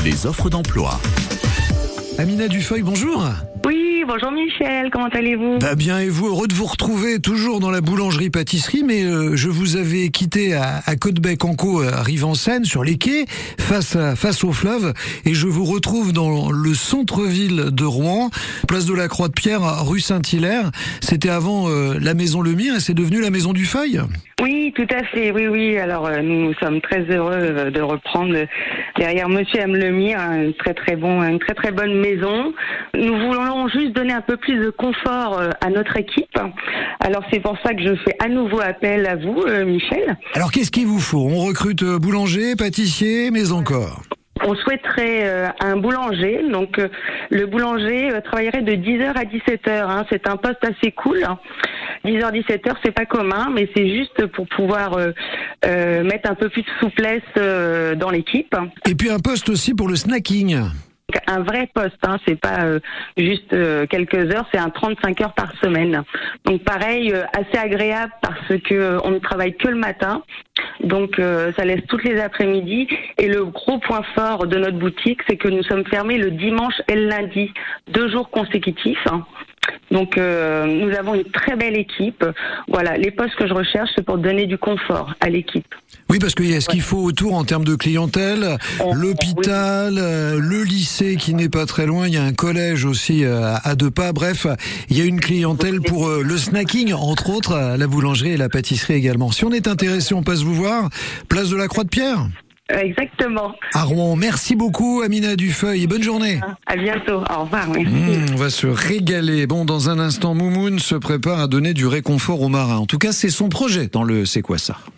les offres d'emploi. Amina Dufeuille, bonjour. Oui, bonjour Michel, comment allez-vous? Bien et vous, heureux de vous retrouver toujours dans la boulangerie-pâtisserie, mais je vous avais quitté à Côtebec-en-Caux, à Rive-en-Seine, sur les quais, face au fleuve, et je vous retrouve dans le centre-ville de Rouen, place de la Croix-de-Pierre, rue Saint-Hilaire. C'était avant la maison Lemire et c'est devenu la maison Dufeuille. Oui, tout à fait, oui. Alors nous sommes très heureux de reprendre derrière Monsieur M. Lemire une très bonne maison. Nous voulons juste donner un peu plus de confort à notre équipe. Alors c'est pour ça que je fais à nouveau appel à vous, Michel. Alors qu'est-ce qu'il vous faut? On recrute boulanger, pâtissier, mais encore. On souhaiterait un boulanger, donc le boulanger travaillerait de 10h à 17h. C'est un poste assez cool. 10h, 17h, c'est pas commun, mais c'est juste pour pouvoir mettre un peu plus de souplesse dans l'équipe. Et puis un poste aussi pour le snacking. Un vrai poste, c'est pas juste quelques heures, c'est un 35 heures par semaine. Donc pareil, assez agréable parce que on ne travaille que le matin. Donc ça laisse toutes les après-midi. Et le gros point fort de notre boutique, c'est que nous sommes fermés le dimanche et le lundi, 2 jours consécutifs. Donc nous avons une très belle équipe. Voilà, les postes que je recherche, c'est pour donner du confort à l'équipe. Oui, parce qu'il y a ce qu'il faut autour en termes de clientèle, l'hôpital, le lycée qui n'est pas très loin, il y a un collège aussi à 2 pas. Bref, il y a une clientèle pour le snacking, entre autres, la boulangerie et la pâtisserie également. Si on est intéressé, on passe vous voir. Place de la Croix-de-Pierre. Exactement. À Rouen. Merci beaucoup, Amina Dufeuille, et bonne journée. À bientôt. Au revoir. Merci. On va se régaler. Bon, dans un instant, Moumoun se prépare à donner du réconfort aux marins. En tout cas, c'est son projet dans le C'est quoi ça?